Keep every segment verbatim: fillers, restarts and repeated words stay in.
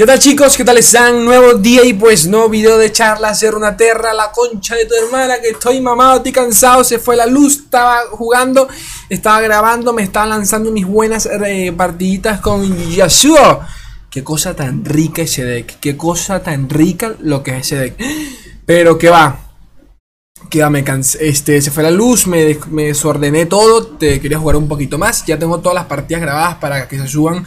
¿Qué tal, chicos? ¿Qué tal están? Nuevo día y pues no video de charla, hacer una terra, la concha de tu hermana, que estoy mamado, estoy cansado, se fue la luz, estaba jugando, estaba grabando, me estaba lanzando mis buenas eh, partiditas con Yasuo. Qué cosa tan rica ese deck, qué cosa tan rica lo que es ese deck. Pero que va, que va, me cansé, este, se fue la luz, me, me desordené todo, te quería jugar un poquito más, ya tengo todas las partidas grabadas para que se suban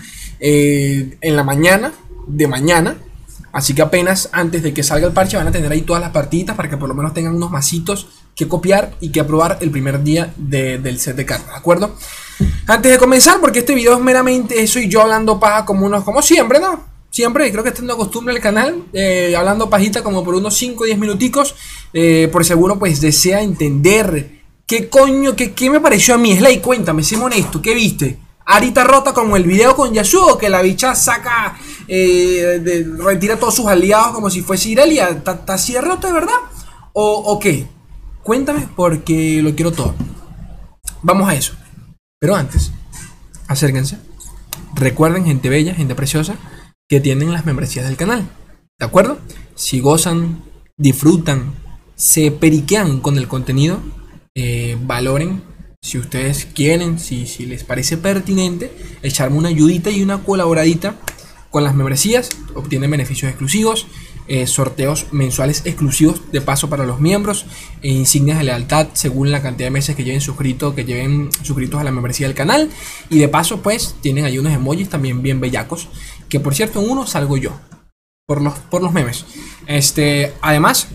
eh, en la mañana. de mañana, así que apenas antes de que salga el parche van a tener ahí todas las partiditas para que por lo menos tengan unos masitos que copiar y que aprobar el primer día de, del set de cartas, ¿de acuerdo? Antes de comenzar, porque este video es meramente eso y yo hablando paja como unos, como siempre, ¿no? Siempre, creo que esta es una costumbre del canal, eh, hablando pajita como por unos cinco o diez minuticos, eh, por seguro pues desea entender qué coño, qué, qué me pareció a mí. Slay, cuéntame, sé honesto, ¿qué viste? Arita rota como el video con Yasuo, que la bicha saca, eh, de, retira a todos sus aliados como si fuese Irelia. ¿Está así de roto de verdad? ¿O, ¿O qué? Cuéntame porque lo quiero todo. Vamos a eso. Pero antes, acérquense. Recuerden, gente bella, gente preciosa, que tienen las membresías del canal. ¿De acuerdo? Si gozan, disfrutan, se periquean con el contenido, eh, valoren. Si ustedes quieren, si, si les parece pertinente, echarme una ayudita y una colaboradita con las membresías, obtienen beneficios exclusivos, eh, sorteos mensuales exclusivos de paso para los miembros, e insignias de lealtad según la cantidad de meses que lleven suscrito, que lleven suscritos a la membresía del canal, y de paso pues tienen ahí unos emojis también bien bellacos, que por cierto en uno salgo yo, por los, por los memes. Este, además,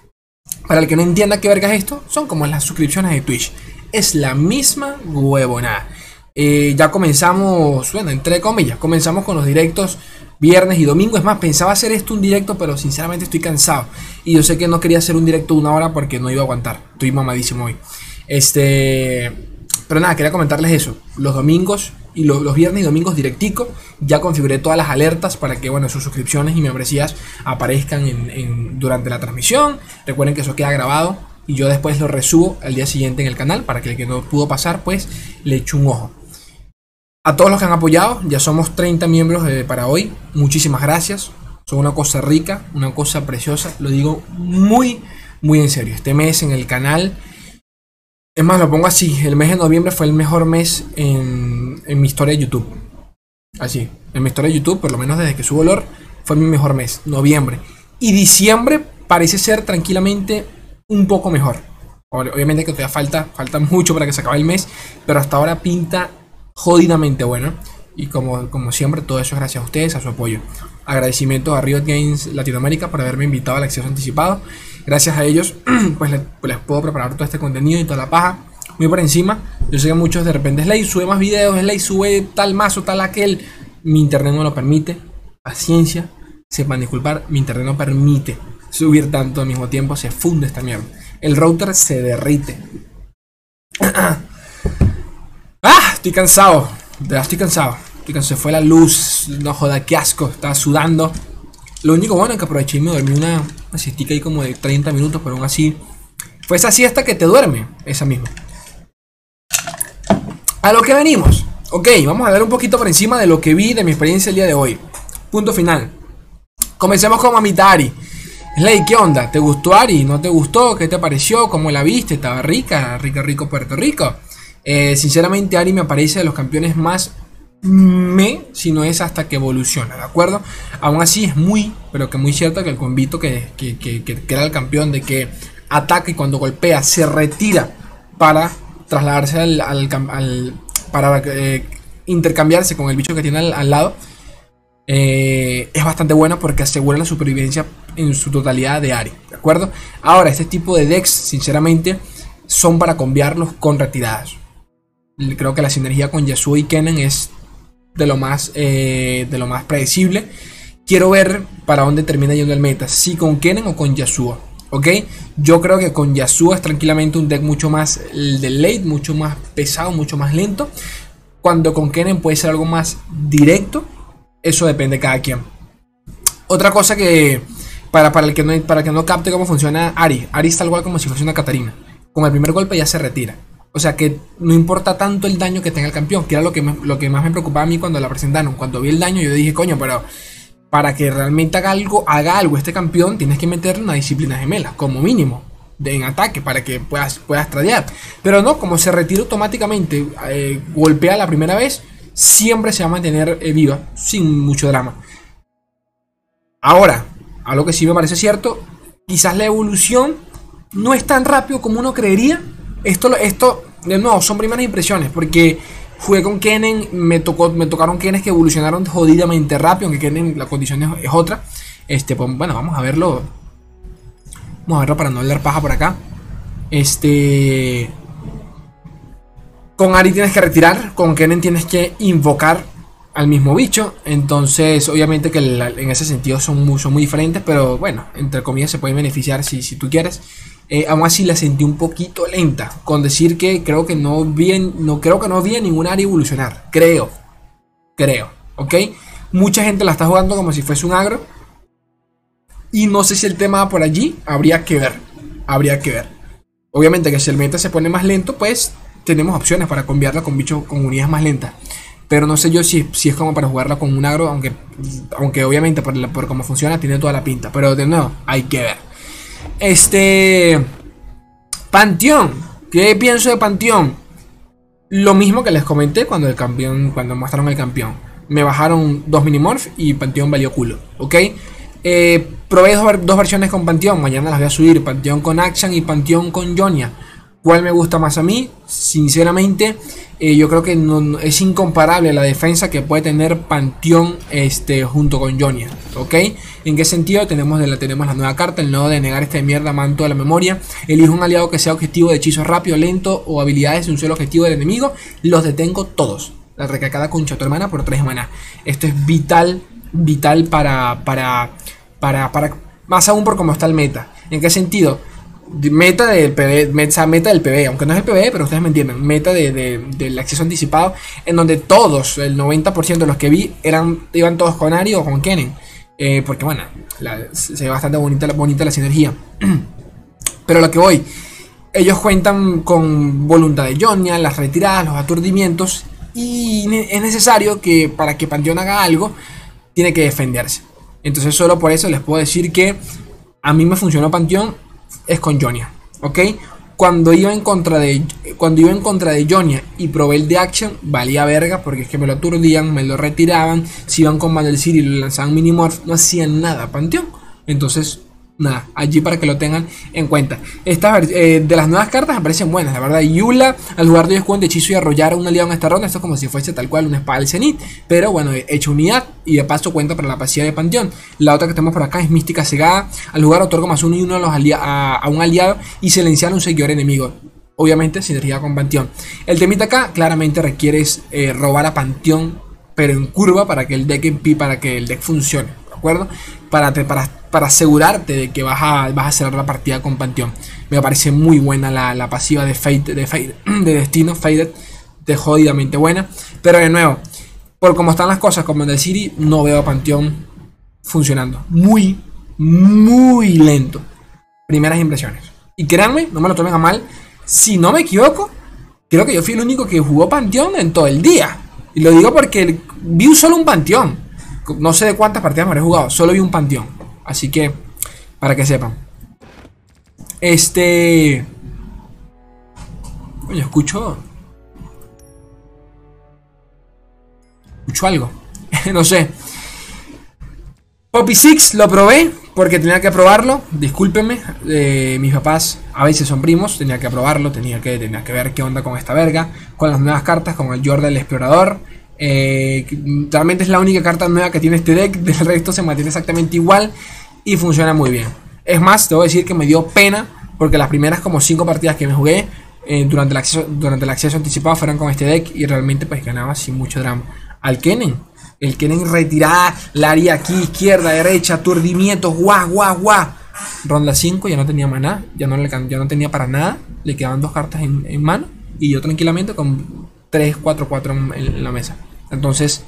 para el que no entienda qué verga es esto, son como las suscripciones de Twitch. Es la misma huevonada. Eh, ya comenzamos, bueno, entre comillas, comenzamos con los directos viernes y domingo. Es más, pensaba hacer esto un directo, pero sinceramente estoy cansado. Y yo sé que no quería hacer un directo de una hora porque no iba a aguantar. Estoy mamadísimo hoy. Este, pero nada, quería comentarles eso. Los domingos y lo, los viernes y domingos directico. Ya configuré todas las alertas para que, bueno, sus suscripciones y membresías aparezcan en, en, durante la transmisión. Recuerden que eso queda grabado y yo después lo resubo al día siguiente en el canal para que el que no pudo pasar pues le eche un ojo. A todos los que han apoyado, ya somos treinta miembros eh, para hoy. Muchísimas gracias. Son una cosa rica, una cosa preciosa. Lo digo muy, muy en serio. Este mes en el canal, es más, lo pongo así, el mes de noviembre fue el mejor mes en, en mi historia de YouTube. Así, en mi historia de YouTube, por lo menos desde que subo lore, fue mi mejor mes, noviembre. Y diciembre parece ser tranquilamente un poco mejor. Obviamente que todavía falta, falta mucho para que se acabe el mes, pero hasta ahora pinta jodidamente bueno. Y como, como siempre, todo eso es gracias a ustedes, a su apoyo. Agradecimiento a Riot Games Latinoamérica por haberme invitado al acceso anticipado. Gracias a ellos, pues les, pues les puedo preparar todo este contenido y toda la paja muy por encima. Yo sé que muchos de repente, Slay, sube más videos, Slay, sube tal mazo, tal aquel. Mi internet no lo permite. Paciencia, sepan disculpar, mi internet no permite subir tanto al mismo tiempo, se funde esta mierda. El router se derrite. Ah, estoy cansado. De verdad estoy cansado. Estoy cansado. Se fue la luz. No joda, qué asco. Estaba sudando. Lo único bueno es que aproveché y me dormí una, una siestica ahí como de treinta minutos, pero aún así fue esa siesta que te duerme. Esa misma. A lo que venimos. Ok, vamos a ver un poquito por encima de lo que vi de mi experiencia el día de hoy. Punto final. Comencemos con Mamita Ahri. Slay, ¿qué onda? ¿Te gustó Ahri? ¿No te gustó? ¿Qué te pareció? ¿Cómo la viste? ¿Estaba rica? Rica, rico Puerto Rico. Eh, sinceramente Ahri me parece de los campeones más me, si no es hasta que evoluciona, ¿de acuerdo? Aún así es muy, pero que muy cierto que el convito que, que, que, que, que era el campeón de que ataca y cuando golpea se retira para trasladarse al, al, al para eh, intercambiarse con el bicho que tiene al, al lado. Eh, es bastante bueno porque asegura la supervivencia en su totalidad de Ahri, ¿de acuerdo? Ahora, este tipo de decks, sinceramente, son para cambiarlos con retiradas. Creo que la sinergia con Yasuo y Kennen es de lo más eh, de lo más predecible. Quiero ver para dónde termina yendo el meta, si con Kennen o con Yasuo, ¿ok? Yo creo que con Yasuo es tranquilamente un deck mucho más de late, mucho más pesado, mucho más lento. Cuando con Kennen puede ser algo más directo. Eso depende de cada quien. Otra cosa que para, para, el que no, para el que no capte cómo funciona Ahri. Ahri es tal cual como si fuese una Katarina. Con el primer golpe ya se retira. O sea que no importa tanto el daño que tenga el campeón, que era lo que, me, lo que más me preocupaba a mí cuando la presentaron. Cuando vi el daño yo dije, coño, pero para que realmente haga algo, haga algo este campeón, tienes que meterle una disciplina gemela, como mínimo, de, en ataque, para que puedas, puedas tradear. Pero no, como se retira automáticamente, eh, golpea la primera vez, siempre se va a mantener eh, viva, sin mucho drama. Ahora, algo que sí me parece cierto, quizás la evolución no es tan rápido como uno creería. Esto, esto de nuevo, son primeras impresiones, porque jugué con Kennen, me, tocó, me tocaron Kennens que evolucionaron jodidamente rápido, aunque Kennen la condición es, es otra. Este, pues, bueno, vamos a verlo. Vamos a verlo para no hablar paja por acá. Este... Con Ahri tienes que retirar, con Kennen tienes que invocar al mismo bicho. Entonces, obviamente que la, en ese sentido son muy, son muy diferentes, pero bueno, entre comillas se pueden beneficiar si, si tú quieres. Eh, aún así la sentí un poquito lenta, con decir que creo que no vi, no creo que no vi a ningún Ahri evolucionar, creo, creo, ok. Mucha gente la está jugando como si fuese un agro y no sé si el tema va por allí, habría que ver, habría que ver. Obviamente que si el meta se pone más lento, pues tenemos opciones para cambiarla con bichos con unidades más lentas, pero no sé yo si, si es como para jugarla con un agro, aunque, aunque obviamente por, la, por cómo funciona tiene toda la pinta, pero de nuevo hay que ver. Este... Panteón. ¿Qué pienso de Panteón? Lo mismo que les comenté cuando el campeón, cuando mostraron el campeón. Me bajaron dos minimorph y Panteón valió culo, ¿ok? Eh, probé dos, dos versiones con Panteón. Mañana las voy a subir. Panteón con Akshan y Panteón con Jonia. ¿Cuál me gusta más a mí? Sinceramente, eh, yo creo que no, no, es incomparable la defensa que puede tener Panteón este, junto con Jonia, ¿ok? ¿En qué sentido? Tenemos, de la, tenemos la nueva carta, el nodo de negar este de mierda, manto de la memoria. Elige un aliado que sea objetivo de hechizo rápido, lento o habilidades de un solo objetivo del enemigo. Los detengo todos. La recalcada concha tu hermana por tres maná. Esto es vital, vital para, para, para, para, más aún por cómo está el meta. ¿En qué sentido? Meta del P V, meta, meta del P V, aunque no es el P V, pero ustedes me entienden. Meta de, de, del acceso anticipado, en donde todos, el noventa por ciento de los que vi, eran, iban todos con Ahri o con Kennen. Eh, porque bueno, la, se ve bastante bonita, bonita la sinergia. Pero a lo que voy, ellos cuentan con voluntad de Jonia, las retiradas, los aturdimientos. Y es necesario que para que Panteón haga algo, tiene que defenderse. Entonces solo por eso les puedo decir que a mí me funcionó Panteón. Es con Jonia, ¿ok? Cuando iba en contra de Cuando iba en contra de Jonia y probé el de Action, valía verga, porque es que me lo aturdían, me lo retiraban. Si iban con Vandal City y lo lanzaban Minimorph, no hacían nada Panteón. Entonces, nada, allí para que lo tengan en cuenta. Estas eh, de las nuevas cartas me parecen buenas, la verdad. Yula, al lugar de descuento de hechizo y arrollar a un aliado en esta ronda. Esto es como si fuese tal cual una espada del Zenith, pero bueno, hecho unidad y de paso cuenta para la pasividad de Panteón. La otra que tenemos por acá es Mística Cegada. Al lugar otorga más uno y uno a, los a, a un aliado y silenciar a un seguidor enemigo. Obviamente sinergia con Panteón. El temita acá claramente requiere eh, robar a Panteón, pero en curva para que el deck para que el deck funcione, ¿de acuerdo? Para, para, para asegurarte de que vas a, vas a cerrar la partida con Panteón. Me parece muy buena la, la pasiva de Fate, de, Fate, de Destino, Faded, de jodidamente buena. Pero de nuevo, por como están las cosas con Vandal City, no veo a Panteón funcionando. Muy, muy lento. Primeras impresiones. Y créanme, no me lo tomen a mal, si no me equivoco, creo que yo fui el único que jugó Panteón en todo el día. Y lo digo porque vi solo un Panteón. No sé de cuántas partidas me habré jugado, solo vi un Panteón. Así que, para que sepan. Este... Oye, escucho... Escucho algo. No sé. Poppy Six lo probé porque tenía que probarlo. Discúlpenme. Eh, mis papás a veces son primos. Tenía que probarlo. Tenía que, tenía que ver qué onda con esta verga. Con las nuevas cartas, con el Jordan el Explorador. Eh, realmente es la única carta nueva que tiene este deck. Del resto se mantiene exactamente igual y funciona muy bien. Es más, te voy a decir que me dio pena porque las primeras como cinco partidas que me jugué eh, durante, el acceso, durante el acceso anticipado fueron con este deck y realmente pues ganaba sin mucho drama. Al Kennen, el Kennen retirada, la haría aquí, izquierda, derecha, aturdimientos, guau, guau, guau. Ronda cinco, ya no tenía maná, ya no, le, ya no tenía para nada, le quedaban dos cartas en, en mano y yo tranquilamente con tres, cuatro, cuatro en, en la mesa. Entonces,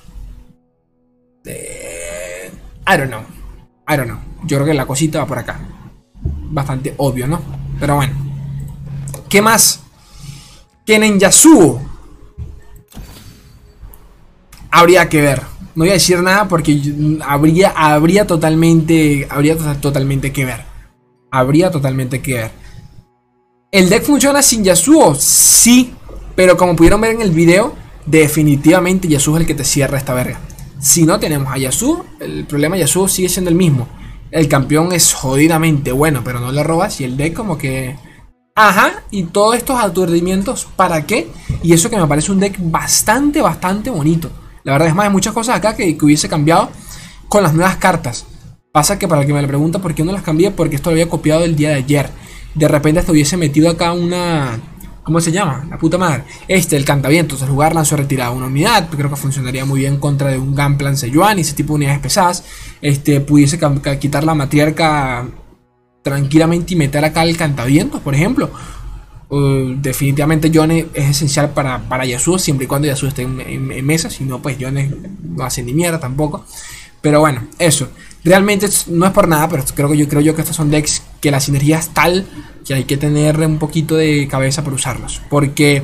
eh, I don't know, I don't know. Yo creo que la cosita va por acá. Bastante obvio, ¿no? Pero bueno. ¿Qué más? Kennen Yasuo. Habría que ver. No voy a decir nada porque habría, habría totalmente, habría totalmente que ver. Habría totalmente que ver. ¿El deck funciona sin Yasuo? Sí, pero como pudieron ver en el video, definitivamente Yasuo es el que te cierra esta verga. Si no tenemos a Yasuo, el problema de Yasuo sigue siendo el mismo. El campeón es jodidamente bueno, pero no le robas y el deck como que... Ajá, y todos estos aturdimientos, ¿para qué? Y eso que me parece un deck bastante, bastante bonito. La verdad es más, hay muchas cosas acá que, que hubiese cambiado con las nuevas cartas. Pasa que para el que me lo pregunta por qué no las cambié, porque esto lo había copiado el día de ayer. De repente hasta hubiese metido acá una... ¿Cómo se llama? La puta madre. Este, el cantavientos, el jugar lanzo retirada una unidad. Creo que funcionaría muy bien contra de un Gunplan Sejuani y ese tipo de unidades pesadas. Este, pudiese quitar la matriarca tranquilamente y meter acá el cantavientos, por ejemplo. Uh, definitivamente Yone es esencial para, para Yasuo, siempre y cuando Yasuo esté en, en, en mesa. Si no, pues Yone no hace ni mierda tampoco. Pero bueno, eso. Realmente no es por nada, pero creo que yo creo yo que estos son decks que la sinergia es tal que hay que tener un poquito de cabeza para usarlos. Porque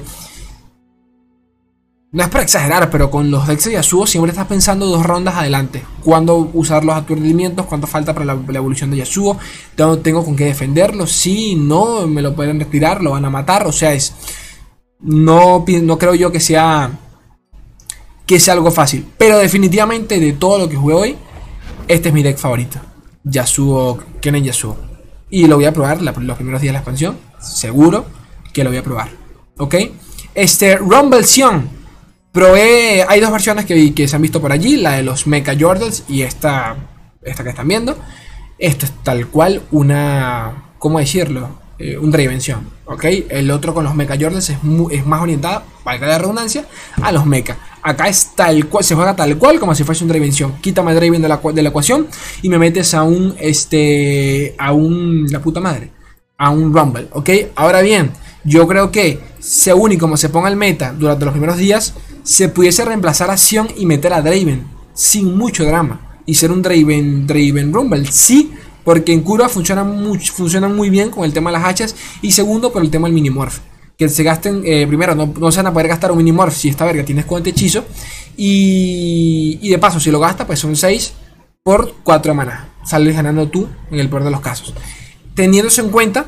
no es para exagerar, pero con los decks de Yasuo siempre estás pensando dos rondas adelante. Cuándo usar los aturdimientos, cuánto falta para la, la evolución de Yasuo, tengo, tengo con qué defenderlo, sí, no, me lo pueden retirar, lo van a matar. O sea, es no, no creo yo que sea que sea algo fácil. Pero definitivamente de todo lo que jugué hoy, este es mi deck favorito. Yasuo, Kennen Yasuo. Y lo voy a probar la, los primeros días de la expansión. Seguro que lo voy a probar. ¿Ok? Este, Rumble Sion. Probé, hay dos versiones que, que se han visto por allí. La de los Mecha Yordles y esta, esta que están viendo. Esto es tal cual una... ¿Cómo decirlo? Eh, un Dravención. ¿Ok? El otro con los Mecha Yordles es, es más orientado, valga la redundancia, a los Mecha. Acá es tal cual, se juega tal cual como si fuese un Dravención. Quítame a Draven de la, de la ecuación y me metes a un, este, a un, la puta madre, a un Rumble, ¿ok? Ahora bien, yo creo que según y como se ponga el meta durante los primeros días, se pudiese reemplazar a Sion y meter a Draven sin mucho drama y ser un Draven, Draven Rumble, sí, porque en curva funcionan muy, funcionan muy bien con el tema de las hachas y segundo por el tema del Minimorph. Que se gasten, eh, primero, no, no se van a poder gastar un Minimorph si esta verga tiene escudo hechizo. Y, y de paso, si lo gasta, pues son seis por cuatro de maná. Sales ganando tú en el peor de los casos. Teniendo eso en cuenta,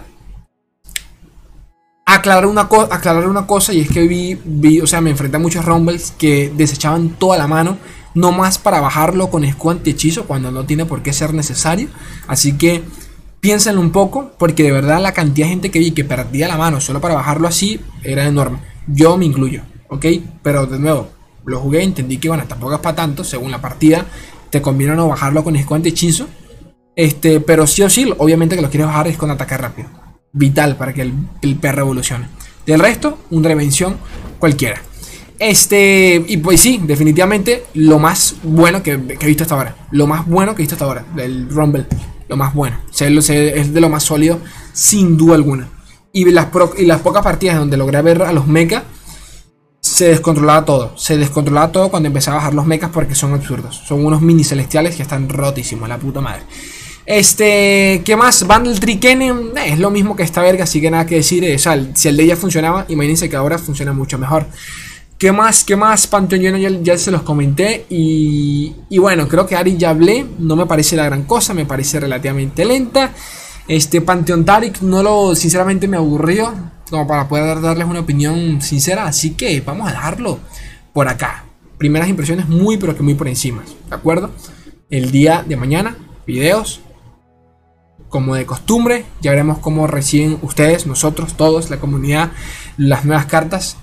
aclarar una, aclarar una cosa, y es que vi, vi, o sea, me enfrenté a muchos Rumbles que desechaban toda la mano, no más para bajarlo con escudo anti-hechizo, cuando no tiene por qué ser necesario. Así que piénsenlo un poco, porque de verdad la cantidad de gente que vi que perdía la mano solo para bajarlo así era enorme. Yo me incluyo, ¿ok? Pero de nuevo, lo jugué, entendí que bueno, tampoco es para tanto, según la partida te conviene no bajarlo con escudo anti-hechizo. Este, pero sí o sí, obviamente que lo quieres bajar es con ataque rápido. Vital para que el, el perro evolucione. Del resto, un Dravención cualquiera. Este, y pues sí, definitivamente lo más bueno que, que he visto hasta ahora. Lo más bueno que he visto hasta ahora, del Rumble. Lo más bueno, o sea, es de lo más sólido, sin duda alguna. Y las, pro, y las pocas partidas donde logré ver a los mechas, se descontrolaba todo. Se descontrolaba todo cuando empecé a bajar los mechas porque son absurdos. Son unos mini celestiales que están rotísimos, la puta madre. Este, ¿qué más? Bundle Tree Kennen, eh, es lo mismo que esta verga, así que nada que decir. Eh, o sea, si el de ella funcionaba, imagínense que ahora funciona mucho mejor. ¿Qué más? ¿Qué más? Panteón lleno ya, ya se los comenté. Y, y bueno, creo que Ari ya hablé. No me parece la gran cosa, me parece relativamente lenta. Este Panteón Taric no lo, sinceramente me aburrió como para poder darles una opinión sincera. Así que vamos a dejarlo por acá. Primeras impresiones muy pero que muy por encima, ¿de acuerdo? El día de mañana, videos como de costumbre. Ya veremos cómo reciben ustedes, nosotros, todos, la comunidad, las nuevas cartas.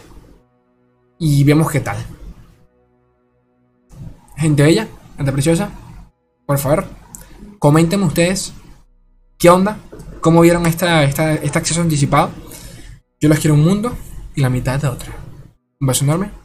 Y vemos qué tal. Gente bella, gente preciosa, por favor, coméntenme ustedes qué onda, cómo vieron esta, esta, este acceso anticipado. Yo los quiero un mundo y la mitad de otra. Un beso enorme.